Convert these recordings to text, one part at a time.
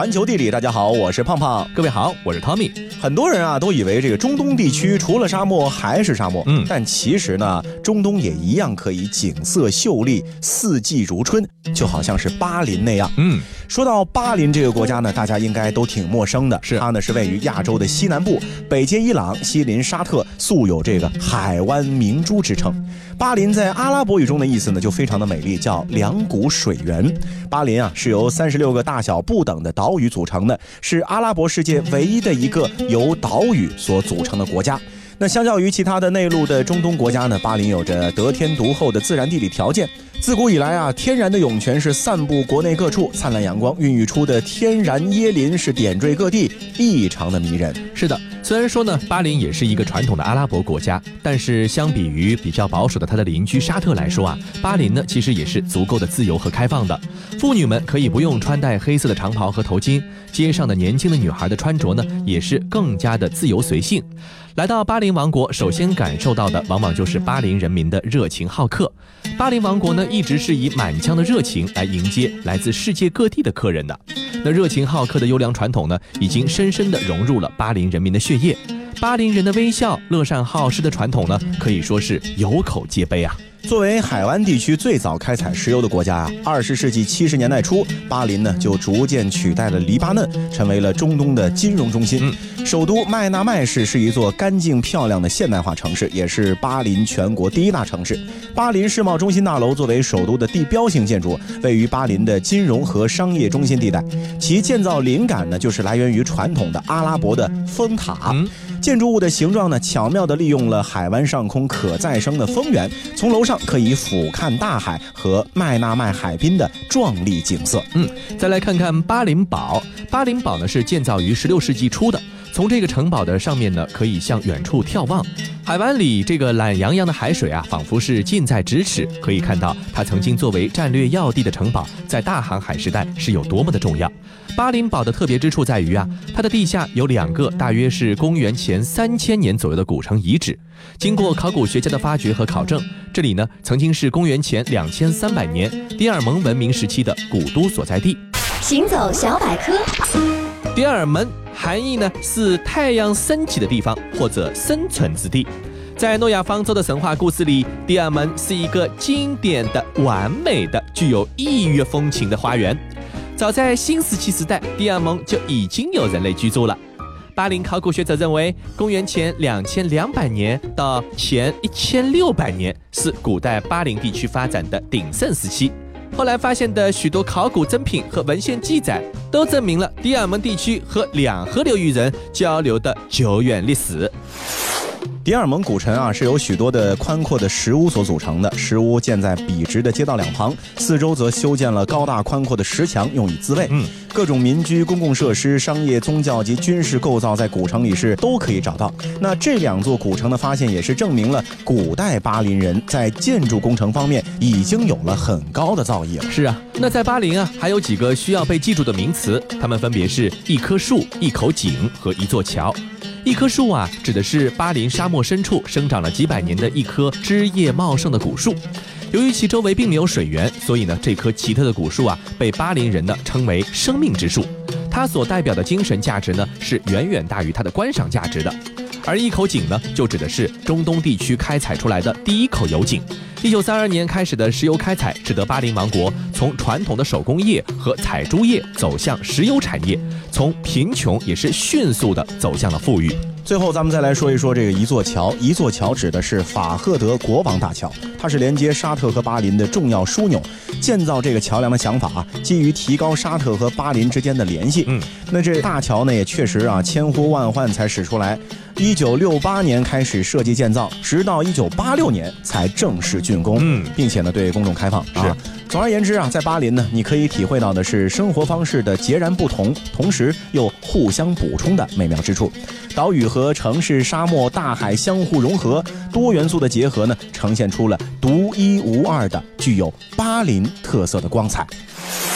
环球地理，大家好，我是胖胖。 各位好，我是 Tommy。 很多人啊都以为这个中东地区除了沙漠还是沙漠，但其实呢，中东也一样可以景色秀丽，四季如春，就好像是巴林那样。说到巴林这个国家呢，大家应该都挺陌生的。它呢是位于亚洲的西南部，北接伊朗，西邻沙特，素有这个海湾明珠之称。巴林在阿拉伯语中的意思呢就非常的美丽，叫两股水源。巴林啊是由36个大小不等的岛屿组成的，是阿拉伯世界唯一的一个由岛屿所组成的国家。那相较于其他的内陆的中东国家呢，巴林有着得天独厚的自然地理条件。自古以来啊，天然的涌泉是散布国内各处，灿烂阳光孕育出的天然椰林是点缀各地，异常的迷人。 是的，虽然说呢，巴林也是一个传统的阿拉伯国家，但是相比于比较保守的它的邻居沙特来说啊，巴林呢其实也是足够的自由和开放的。妇女们可以不用穿戴黑色的长袍和头巾，街上的年轻的女孩的穿着呢也是更加的自由随性。来到巴林王国，首先感受到的往往就是巴林人民的热情好客。巴林王国呢，一直是以满腔的热情来迎接来自世界各地的客人的。那热情好客的优良传统呢，已经深深地融入了巴林人民的血液。巴林人的微笑、乐善好施的传统呢，可以说是有口皆碑啊。 作为海湾地区最早开采石油的国家啊，20世纪70年代初，巴林呢就逐渐取代了黎巴嫩，成为了中东的金融中心。首都麦纳麦市是一座干净漂亮的现代化城市，也是巴林全国第一大城市。巴林世贸中心大楼作为首都的地标性建筑，位于巴林的金融和商业中心地带。其建造灵感呢，就是来源于传统的阿拉伯的风塔。建筑物的形状呢，巧妙地利用了海湾上空可再生的风源，从楼上可以俯瞰大海和麦纳麦海滨的壮丽景色。 再来看看巴林堡。巴林堡呢是建造于16世纪初的，从这个城堡的上面呢，可以向远处眺望。海湾里这个懒洋洋的海水啊，仿佛是近在咫尺，可以看到它曾经作为战略要地的城堡，在大航海时代是有多么的重要。巴林堡的特别之处在于啊，它的地下有2个大约是公元前3000年左右的古城遗址。经过考古学家的发掘和考证，这里呢曾经是公元前2300年第二蒙文明时期的古都所在地。 行走小百科。 第二门含义呢是太阳升起的地方或者生存之地。在诺亚方舟的神话故事里，第二门是一个经典的、完美的、具有异域风情的花园。早在新石器时代，第二蒙就已经有人类居住了。巴林考古学者认为，公元前2200年到前1600年是古代巴林地区发展的鼎盛时期。后来发现的许多考古珍品和文献记载，都证明了第二蒙地区和两河流域人交流的久远历史。 第二蒙古城啊，是由许多的宽阔的石屋所组成的。石屋建在笔直的街道两旁，四周则修建了高大宽阔的石墙，用以自卫。各种民居、公共设施、商业、宗教及军事构造在古城里是都可以找到。那这2座古城的发现，也是证明了古代巴林人在建筑工程方面已经有了很高的造诣了。 是啊，那在巴林啊，还有几个需要被记住的名词，它们分别是一棵树、一口井和一座桥。一棵树啊，指的是巴林沙漠深处生长了几百年的一棵枝叶茂盛的古树。由于其周围并没有水源，所以呢，这棵奇特的古树啊，被巴林人呢称为生命之树。它所代表的精神价值呢，是远远大于它的观赏价值的。而一口井呢，就指的是中东地区开采出来的第一口油井。1932年开始的石油开采，使得巴林王国从传统的手工业和采珠业走向石油产业，从贫穷也是迅速的走向了富裕。 最后咱们再来说一说这个一座桥。一座桥指的是法赫德国王大桥，它是连接沙特和巴林的重要枢纽。建造这个桥梁的想法啊，基于提高沙特和巴林之间的联系。那这大桥呢，也确实啊千呼万唤才使出来。1968年开始设计建造，直到1986年才正式竣工，并且呢对公众开放啊。总而言之啊，在巴林呢，你可以体会到的是生活方式的截然不同，同时又互相补充的美妙之处。岛屿和城市、沙漠、大海相互融合，多元素的结合呢，呈现出了独一无二的、具有巴林特色的光彩。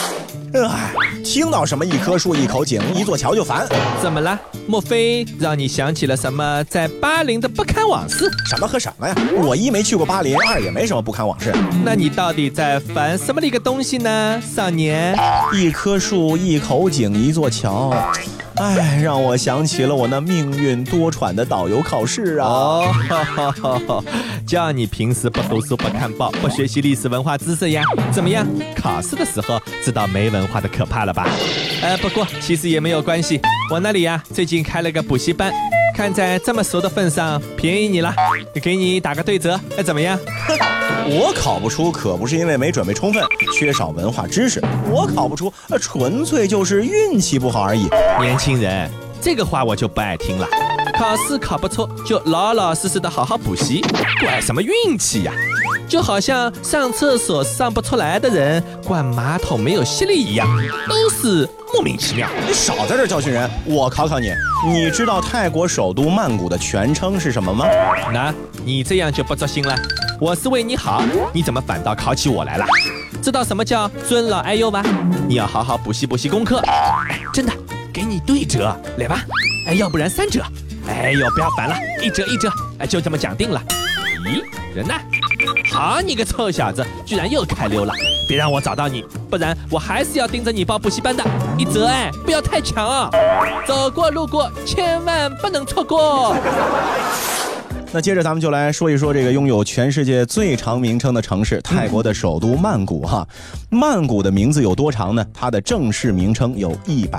哎，听到什么一棵树、一口井、一座桥就烦。 怎么了？莫非让你想起了什么在巴林的不堪往事？ 什么和什么呀？我一没去过巴林，二也没什么不堪往事。 那你到底在烦什么的一个东西呢，少年？ 一棵树、一口井、一座桥。哎，让我想起了我那命运多舛的导游考试啊！ 哦，叫你平时不读书、不看报、不学习历史文化知识呀？怎么样？考试的时候知道没文化的可怕了吧？不过其实也没有关系，我那里呀最近开了个补习班，看在这么熟的份上，便宜你了，给你打个对折，怎么样？ 我考不出可不是因为没准备充分，缺少文化知识，我考不出纯粹就是运气不好而已。 年轻人，这个话我就不爱听了。考试考不错就老老实实的好好补习，管什么运气呀？就好像上厕所上不出来的人管马桶没有吸力一样，都是莫名其妙。 你少在这教训人，我考考你，你知道泰国首都曼谷的全称是什么吗？ 那你这样就不作兴了，我是为你好，你怎么反倒考起我来了？知道什么叫尊老爱幼吧？你要好好补习功课。真的，给你对折，来吧。要不然3折。哎呦，不要烦了，1折1折，就这么讲定了。咦，人呢？好你个臭小子，居然又开溜了！别让我找到你，不然我还是要盯着你报补习班的。1折，不要太强啊！走过路过，千万不能错过。 那接着咱们就来说一说这个拥有全世界最长名称的城市，泰国的首都曼谷哈。曼谷的名字有多长呢？它的正式名称有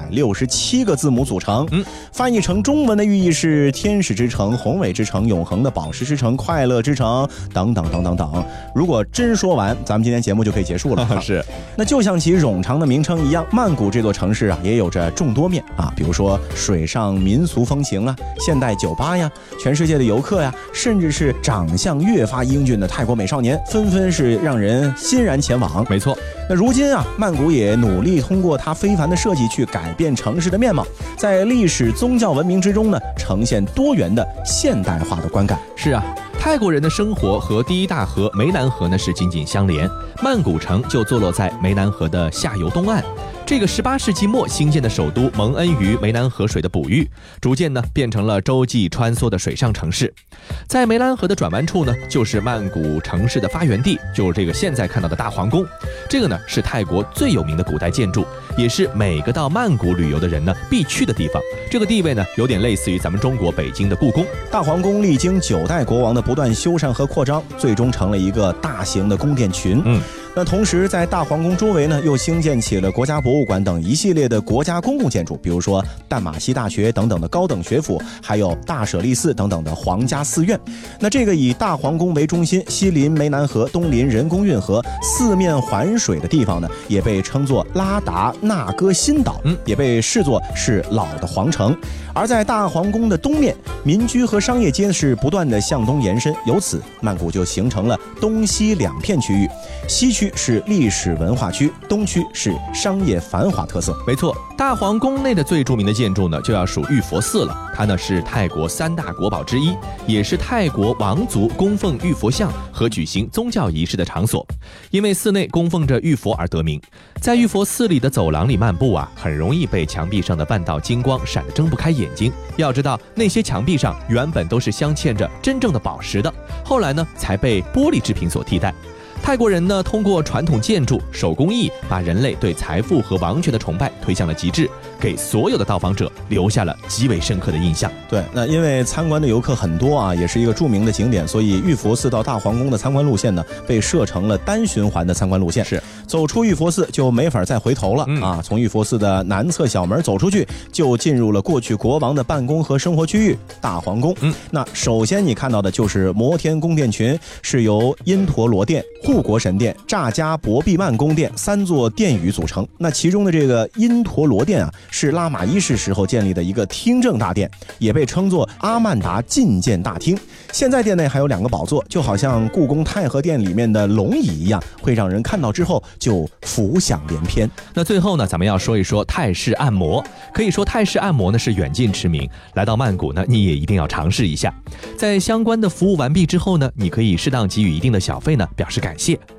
167个字母组成，翻译成中文的寓意是天使之城、宏伟之城、永恒的宝石之城、快乐之城等等等等等。如果真说完，咱们今天节目就可以结束了。 是， 那就像其冗长的名称一样，曼谷这座城市啊，也有着众多面啊，比如说水上民俗风情啊，现代酒吧呀，全世界的游客呀，甚至是长相越发英俊的泰国美少年，纷纷是让人欣然前往。 没错， 那如今啊，曼谷也努力通过它非凡的设计去改变城市的面貌，在历史宗教文明之中呢，呈现多元的现代化的观感。 是啊，泰国人的生活和第一大河湄南河呢是紧紧相连，曼谷城就坐落在湄南河的下游东岸。这个18世纪末兴建的首都蒙恩于湄南河水的哺育，逐渐呢变成了洲际穿梭的水上城市。在湄南河的转弯处呢，就是曼谷城市的发源地，就是这个现在看到的大皇宫。这个呢是泰国最有名的古代建筑，也是每个到曼谷旅游的人呢必去的地方。这个地位呢有点类似于咱们中国北京的故宫。 大皇宫历经9代国王的不断修缮和扩张，最终成了一个大型的宫殿群。那同时在大皇宫周围呢，又兴建起了国家博物馆等一系列的国家公共建筑，比如说淡马锡大学等等的高等学府，还有大舍利寺等等的皇家寺院。那这个以大皇宫为中心，西临湄南河，东临人工运河，四面环水的地方呢，也被称作拉达纳戈新岛，也被视作是老的皇城。而在大皇宫的东面，民居和商业街是不断的向东延伸，由此曼谷就形成了东西2片区域，西区是历史文化区，东区是商业繁华特色。 没错，大皇宫内的最著名的建筑呢，就要数玉佛寺了。它呢是泰国3大国宝之一，也是泰国王族供奉玉佛像和举行宗教仪式的场所。因为寺内供奉着玉佛而得名。在玉佛寺里的走廊里漫步啊，很容易被墙壁上的万道金光闪得睁不开眼睛。要知道，那些墙壁上原本都是镶嵌着真正的宝石的，后来呢才被玻璃制品所替代。泰国人呢，通过传统建筑、手工艺，把人类对财富和王权的崇拜推向了极致，给所有的到访者留下了极为深刻的印象。 对，那因为参观的游客很多啊，也是一个著名的景点，所以玉佛寺到大皇宫的参观路线呢，被设成了单循环的参观路线。 是， 走出玉佛寺就没法再回头了啊！从玉佛寺的南侧小门走出去，就进入了过去国王的办公和生活区域大皇宫。那首先你看到的就是摩天宫殿群，是由因陀罗殿、护国神殿、乍加博毕曼宫殿3座殿宇组成。那其中的这个因陀罗殿啊，是拉玛1世时候建立的一个听政大殿，也被称作阿曼达觐见大厅。现在殿内还有2个宝座，就好像故宫太和殿里面的龙椅一样，会让人看到之后就浮想联翩。 那最后呢，咱们要说一说泰式按摩。可以说泰式按摩呢是远近驰名，来到曼谷呢，你也一定要尝试一下。在相关的服务完毕之后呢，你可以适当给予一定的小费呢，表示感谢。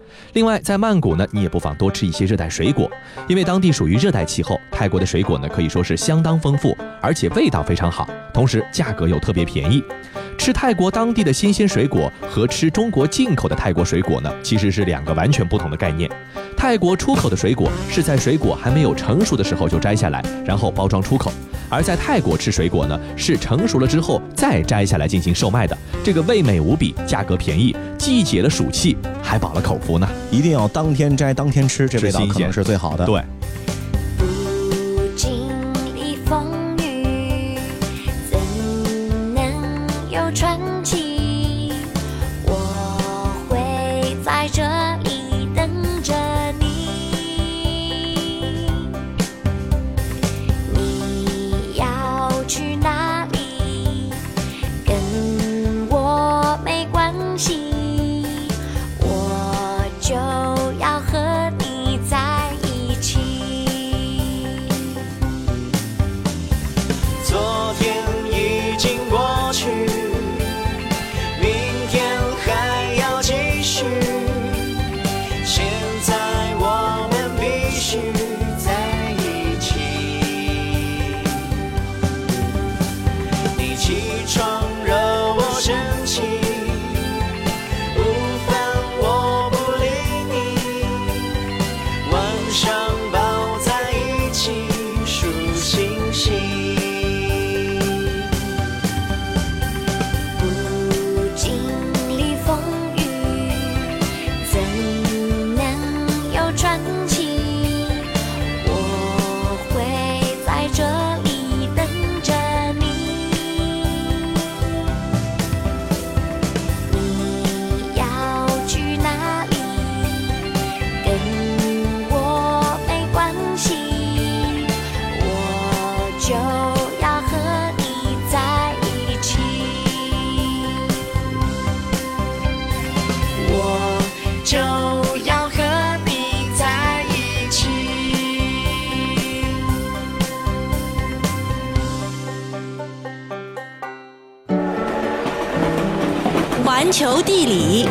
另外，在曼谷呢，你也不妨多吃一些热带水果，因为当地属于热带气候，泰国的水果呢可以说是相当丰富，而且味道非常好，同时价格又特别便宜。吃泰国当地的新鲜水果和吃中国进口的泰国水果呢，其实是2个完全不同的概念。泰国出口的水果是在水果还没有成熟的时候就摘下来，然后包装出口，而在泰国吃水果呢，是成熟了之后再摘下来进行售卖的，这个味美无比，价格便宜，既解了暑气，还饱了口福呢。 一定要当天摘当天吃，这味道可能是最好的。 对。 不经历风雨，怎能有传奇？我会在这里等着你。你要去哪里？跟我没关系。就要和你在一起。 昨天已经过去，明天还要继续。现在我们必须在一起。你起床惹我生气。就要和你在一起。 环球地理。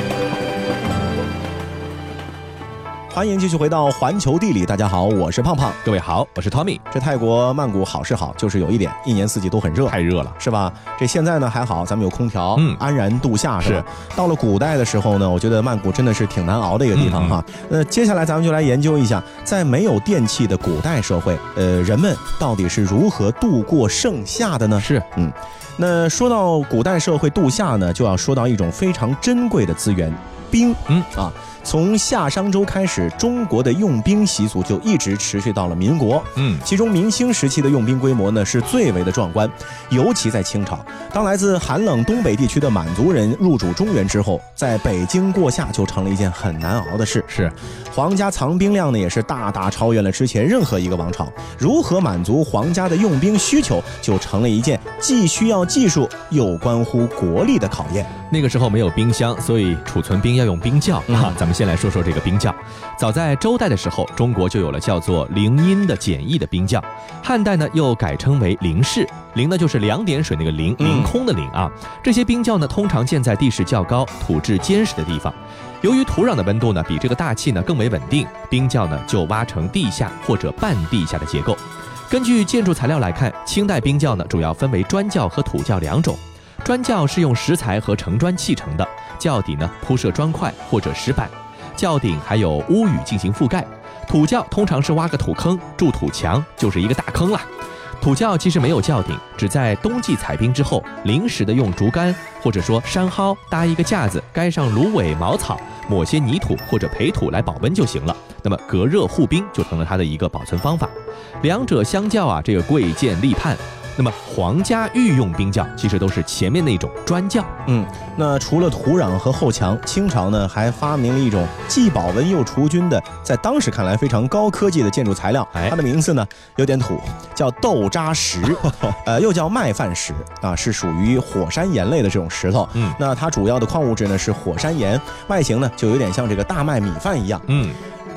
欢迎继续回到环球地理，大家好，我是胖胖。 各位好，我是 Tommy。 这泰国曼谷好是好，就是有一点，一年四季都很热， 太热了， 是吧？这现在呢还好，咱们有空调，安然度夏，是吧？到了古代的时候呢，我觉得曼谷真的是挺难熬的一个地方哈。接下来咱们就来研究一下，在没有电器的古代社会，人们到底是如何度过盛夏的呢？ 是， 那说到古代社会度夏呢，就要说到一种非常珍贵的资源——冰。从夏商周开始，中国的用兵习俗就一直持续到了民国。其中明清时期的用兵规模呢是最为的壮观，尤其在清朝，当来自寒冷东北地区的满族人入主中原之后，在北京过夏就成了一件很难熬的事。 是， 皇家藏兵量呢也是大大超越了之前任何一个王朝。如何满足皇家的用兵需求，就成了一件既需要技术又关乎国力的考验。 那个时候没有冰箱，所以储存冰要用冰窖咱们先来说说这个冰窖。早在周代的时候，中国就有了叫做凌阴的简易的冰窖，汉代呢又改称为凌室。凌呢就是2点水那个凌，凌空的凌啊。这些冰窖呢通常建在地势较高、土质坚实的地方。由于土壤的温度呢比这个大气呢更为稳定，冰窖呢就挖成地下或者半地下的结构。根据建筑材料来看，清代冰窖呢主要分为砖窖和土窖2种。砖窖是用石材和成砖砌成的，窖底呢铺设砖块或者石板，窖顶还有屋宇进行覆盖。土窖通常是挖个土坑，筑土墙，就是一个大坑啦。土窖其实没有窖顶，只在冬季采冰之后，临时的用竹竿或者说山蒿搭一个架子，盖上芦苇、茅草，抹些泥土或者培土来保温就行了。那么隔热护冰就成了它的一个保存方法。两者相较啊，这个贵贱立判。那么皇家御用冰窖其实都是前面那种砖窖。 那除了土壤和后墙，清朝呢还发明了一种既保温又除菌的，在当时看来非常高科技的建筑材料。它的名字呢有点土，叫豆渣石，又叫麦饭石啊，是属于火山岩类的这种石头。那它主要的矿物质呢是火山岩，外形呢就有点像这个大麦米饭一样。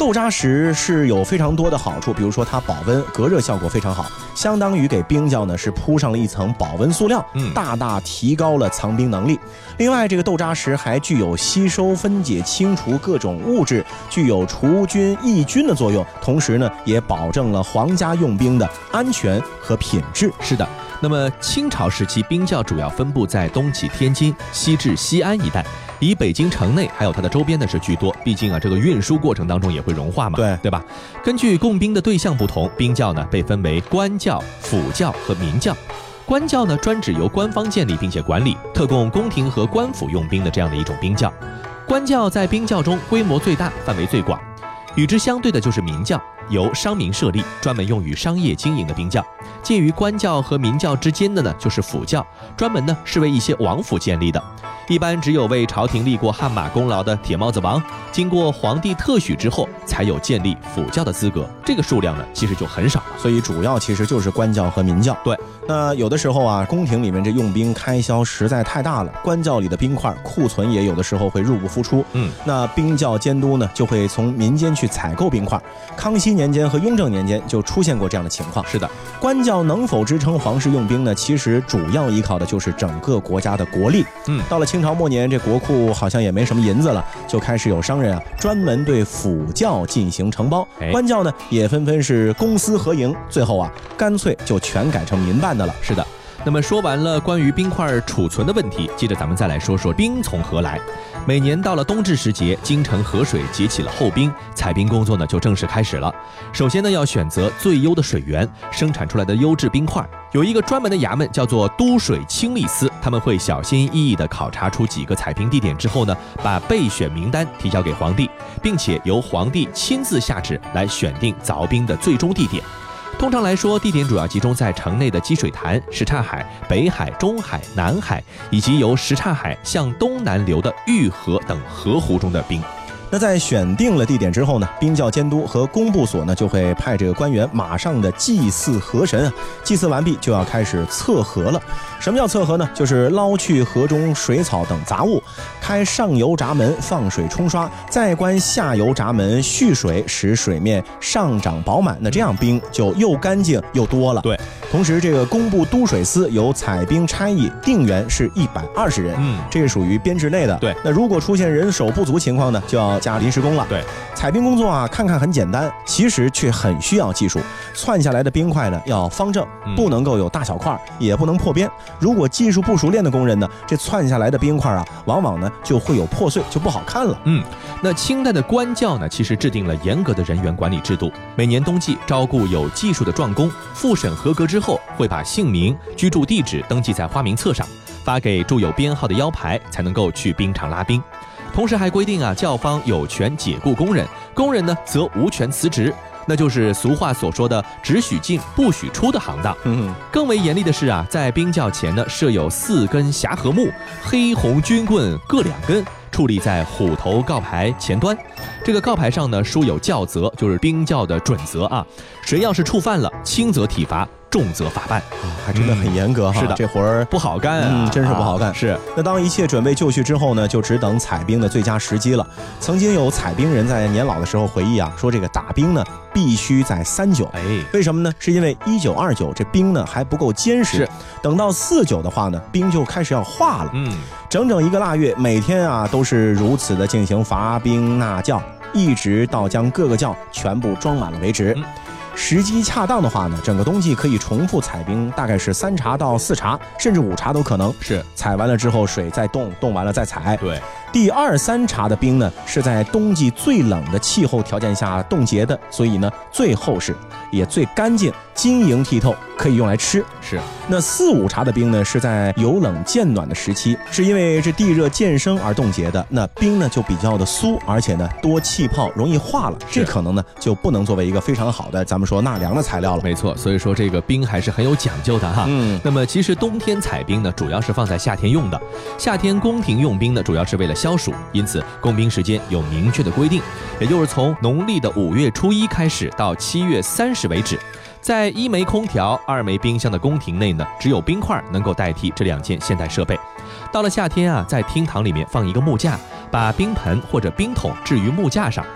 豆渣石是有非常多的好处，比如说它保温隔热效果非常好，相当于给冰窖呢是铺上了一层保温塑料，大大提高了藏冰能力。另外，这个豆渣石还具有吸收、分解、清除各种物质，具有除菌抑菌的作用，同时呢也保证了皇家用冰的安全和品质。 是的，那么清朝时期冰窖主要分布在东起天津，西至西安一带，以北京城内还有它的周边的是居多，毕竟啊这个运输过程当中也会融化嘛，对吧？根据供冰的对象不同，冰窖呢被分为官窖、府窖和民窖。官窖呢专指由官方建立并且管理，特供宫廷和官府用兵的这样的一种冰窖。官窖在冰窖中规模最大，范围最广。与之相对的就是民窖，由商民设立，专门用于商业经营的冰窖。介于官窖和民窖之间的呢就是府窖，专门呢是为一些王府建立的，一般只有为朝廷立过汗马功劳的铁帽子王，经过皇帝特许之后才有建立府窖的资格，这个数量呢其实就很少了， 所以主要其实就是官窖和民窖。 对， 那有的时候啊，宫廷里面这用兵开销实在太大了，官窖里的冰块库存也有的时候会入不敷出。那冰窖监督呢就会从民间去采购冰块。康熙年间和雍正年间就出现过这样的情况。 是的， 官窖能否支撑皇室用兵呢？其实主要依靠的就是整个国家的国力。到了清朝末年，这国库好像也没什么银子了，就开始有商人啊专门对府窖进行承包，官窖呢也纷纷是公私合营，最后啊干脆就全改成民办的了。 是的。那么说完了关于冰块储存的问题，接着咱们再来说说冰从何来。每年到了冬至时节，京城河水结起了厚冰，采冰工作呢就正式开始了。首先呢要选择最优的水源，生产出来的优质冰块，有一个专门的衙门叫做都水清砾司，他们会小心翼翼地考察出几个采冰地点之后呢，把备选名单提交给皇帝，并且由皇帝亲自下旨来选定凿冰的最终地点。通常来说，地点主要集中在城内的积水潭、什刹海、北海、中海、南海，以及由什刹海向东南流的玉河等河湖中的冰。 那在选定了地点之后呢，冰窖监督和工部所呢就会派这个官员马上的祭祀河神啊，祭祀完毕就要开始测河了。什么叫测河呢？就是捞去河中水草等杂物，开上游闸门放水冲刷，再关下游闸门蓄水，使水面上涨饱满。那这样冰就又干净又多了。 对， 同时这个工部都水司由采冰差役定员是120人，这个属于编制内的。 对， 那如果出现人手不足情况呢，就要加临时工了。 对， 采冰工作啊，看看很简单，其实却很需要技术。窜下来的冰块呢，要方正，不能够有大小块，也不能破边。如果技术不熟练的工人呢，这窜下来的冰块啊，往往呢就会有破碎，就不好看了。 那清代的官窖呢，其实制定了严格的人员管理制度，每年冬季招雇有技术的壮工，复审合格之后，会把姓名、居住地址登记在花名册上，发给铸有编号的腰牌，才能够去冰场拉冰。同时还规定啊，窖方有权解雇工人，工人呢则无权辞职，那就是俗话所说的只许进不许出的行当。更为严厉的是啊，在冰窖前呢设有4根匣河木，黑红军棍各2根，矗立在虎头告牌前端。这个告牌上呢书有教则，就是冰窖的准则啊，谁要是触犯了，轻则体罚，重则法办。 还真的很严格哈。 是的， 这活儿不好干啊， 真是不好干。 是。 那当一切准备就绪之后呢，就只等采冰的最佳时机了。曾经有采冰人在年老的时候回忆啊，说这个打冰呢必须在39。为什么呢？是因为1929这冰呢还不够坚实，等到49的话呢，冰就开始要化了。整整1个腊月，每天啊都是如此的进行伐冰纳窖，一直到将各个窖全部装满了为止。时机恰当的话呢，整个冬季可以重复采冰，大概是3茬到4茬，甚至5茬都可能。 是， 采完了之后水再冻，冻完了再采。 对， 第2、3茬的冰呢，是在冬季最冷的气候条件下冻结的，所以呢最厚实，也最干净，晶莹剔透，可以用来吃。 是。 那4、5茬的冰呢，是在由冷渐暖的时期，是因为这地热渐生而冻结的。那冰呢就比较的酥，而且呢多气泡，容易化了。这可能呢就不能作为一个非常好的咱们说纳凉的材料了。 没错，所以说这个冰还是很有讲究的哈。那么其实冬天采冰呢，主要是放在夏天用的。夏天宫廷用冰呢，主要是为了消暑，因此供冰时间有明确的规定，也就是从农历的5月初1开始到7月30为止。在1枚空调、2枚冰箱的宫廷内呢，只有冰块能够代替这2件现代设备。到了夏天啊，在厅堂里面放一个木架，把冰盆或者冰桶置于木架上。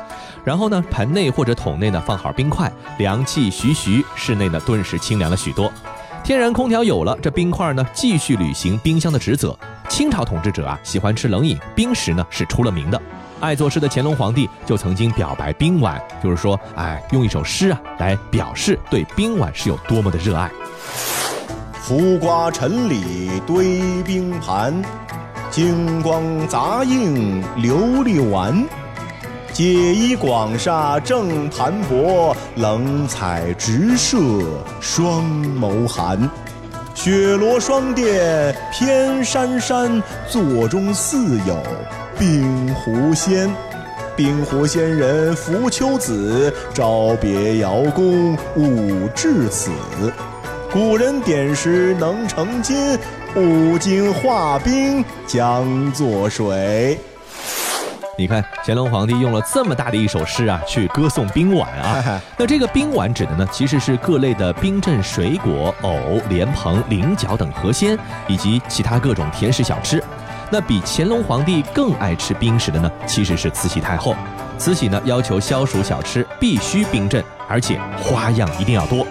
然后呢，盆内或者桶内呢放好冰块，凉气徐徐，室内呢顿时清凉了许多。天然空调有了，这冰块呢继续履行冰箱的职责。清朝统治者啊喜欢吃冷饮，冰食呢是出了名的。爱作诗的乾隆皇帝就曾经表白冰碗，就是说，用一首诗啊来表示对冰碗是有多么的热爱。 浮瓜沉里堆冰盘，金光杂映琉璃丸。解衣广厦正盘礴，冷采直射双眸寒。雪罗双殿偏山山，座中似有冰壶仙。冰壶仙人扶秋子，朝别遥公勿至此。古人点石能成金，古今化冰将作水。 你看乾隆皇帝用了这么大的一首诗啊，去歌颂冰碗啊。那这个冰碗指的呢，其实是各类的冰镇水果、藕、莲蓬、菱角等河鲜，以及其他各种甜食小吃。那比乾隆皇帝更爱吃冰食的呢，其实是慈禧太后。慈禧呢要求消暑小吃必须冰镇，而且花样一定要多。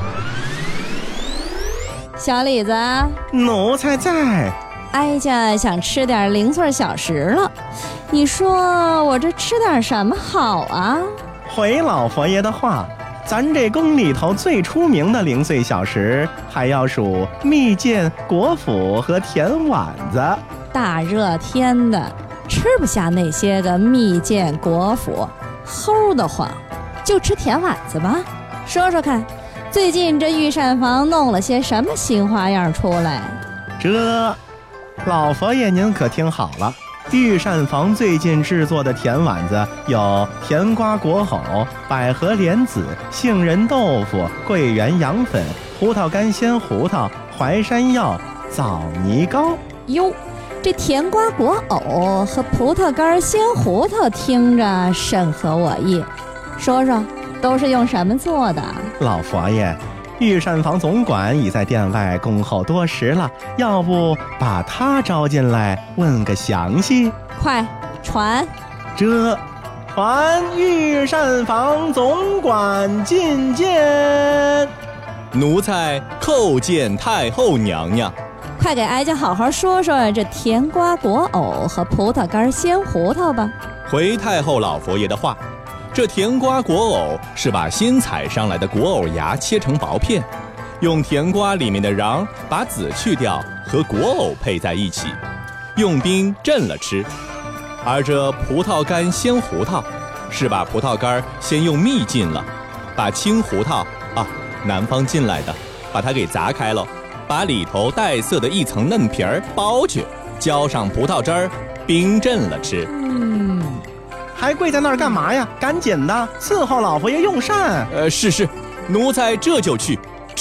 小李子， 奴才在。 哀家想吃点零碎小食了，你说我这吃点什么好啊？ 回老佛爷的话，咱这宫里头最出名的零碎小食，还要数蜜饯、果脯和甜丸子。 大热天的，吃不下那些个蜜饯、果脯，齁得慌，就吃甜丸子吧。说说看，最近这御膳房弄了些什么新花样出来？ 这老佛爷您可听好了，御膳房最近制作的甜丸子有甜瓜果藕、百合莲子、杏仁豆腐、桂圆羊粉、葡萄干鲜胡桃、淮山药、枣泥糕。 哟，这甜瓜果藕和葡萄干鲜胡桃听着甚合我意，说说都是用什么做的？ 老佛爷，御膳房总管已在殿外恭候多时了，要不把他招进来问个详细？ 快传！ 这传御膳房总管觐见。 奴才叩见太后娘娘。 快给哀家好好说说这甜瓜果藕和葡萄干鲜胡桃吧。 回太后老佛爷的话，这甜瓜果藕是把新采上来的果藕芽切成薄片，用甜瓜里面的瓤把籽去掉，和果藕配在一起，用冰镇了吃。而这葡萄干鲜胡桃是把葡萄干先用蜜浸了，把青胡桃南方进来的，把它给砸开了，把里头带色的一层嫩皮儿剥去，浇上葡萄汁儿，冰镇了吃。 还跪在那儿干嘛呀？赶紧的，伺候老佛爷用膳。 是，奴才这就去。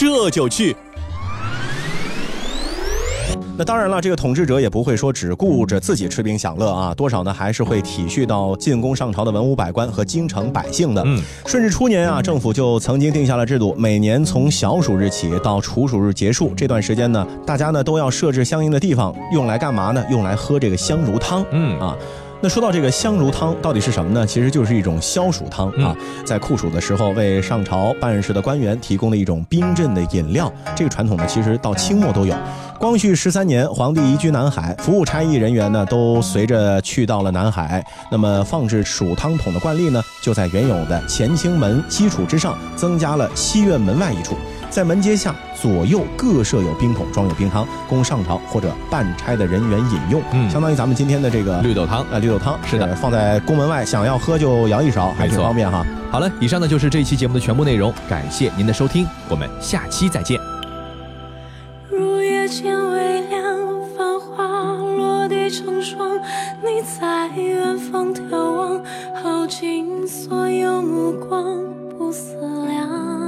那当然了，这个统治者也不会说只顾着自己吃冰享乐啊，多少呢还是会体恤到进宫上朝的文武百官和京城百姓的。顺治初年啊，政府就曾经定下了制度，每年从小暑日起到处暑日结束这段时间呢，大家呢都要设置相应的地方，用来干嘛呢？用来喝这个香茹汤。那说到这个香茹汤到底是什么呢？其实就是一种消暑汤啊，在酷暑的时候为上朝办事的官员提供的一种冰镇的饮料。这个传统呢，其实到清末都有。光绪13年，皇帝移居南海，服务差役人员呢都随着去到了南海。那么放置鼠汤桶的惯例呢，就在原有的乾清门基础之上，增加了西院门外一处。在门阶下左右各设有冰桶，装有冰汤，供上朝或者办差的人员饮用。相当于咱们今天的这个绿豆汤。 绿豆汤是的， 放在宫门外，想要喝就舀一勺，还挺方便哈。 好了，以上呢就是这期节目的全部内容，感谢您的收听，我们下期再见。 如月间微凉，繁花落地成霜，你在远方眺望，耗尽所有目光，不思量。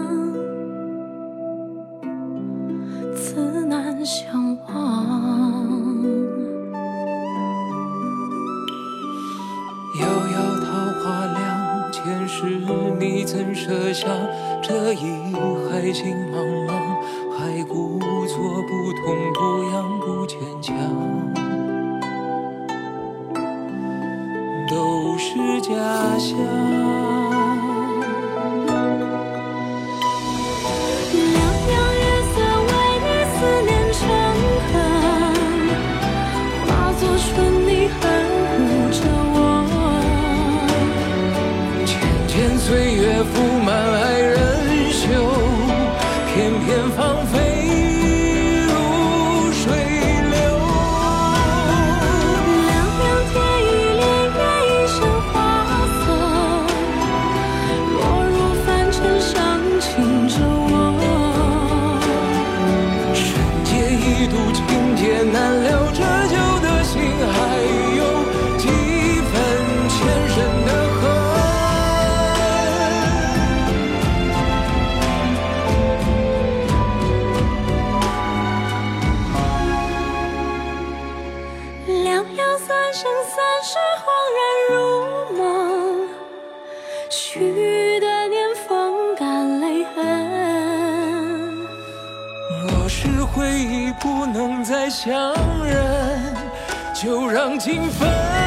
自难相忘， 遥遥桃花凉，前世你怎设下这一海情茫茫，还故作不痛不痒不坚强，都是假象。 岁月覆满爱人袖，偏偏芳菲如水流。 凉凉天一帘月一生花色，落入凡尘伤情着我。 深夜一度情劫难留，这旧的心还有几分前生的恨。 两两三生三世，恍然如梦，许的年风干泪痕。 若是回忆不能再相认，就让情分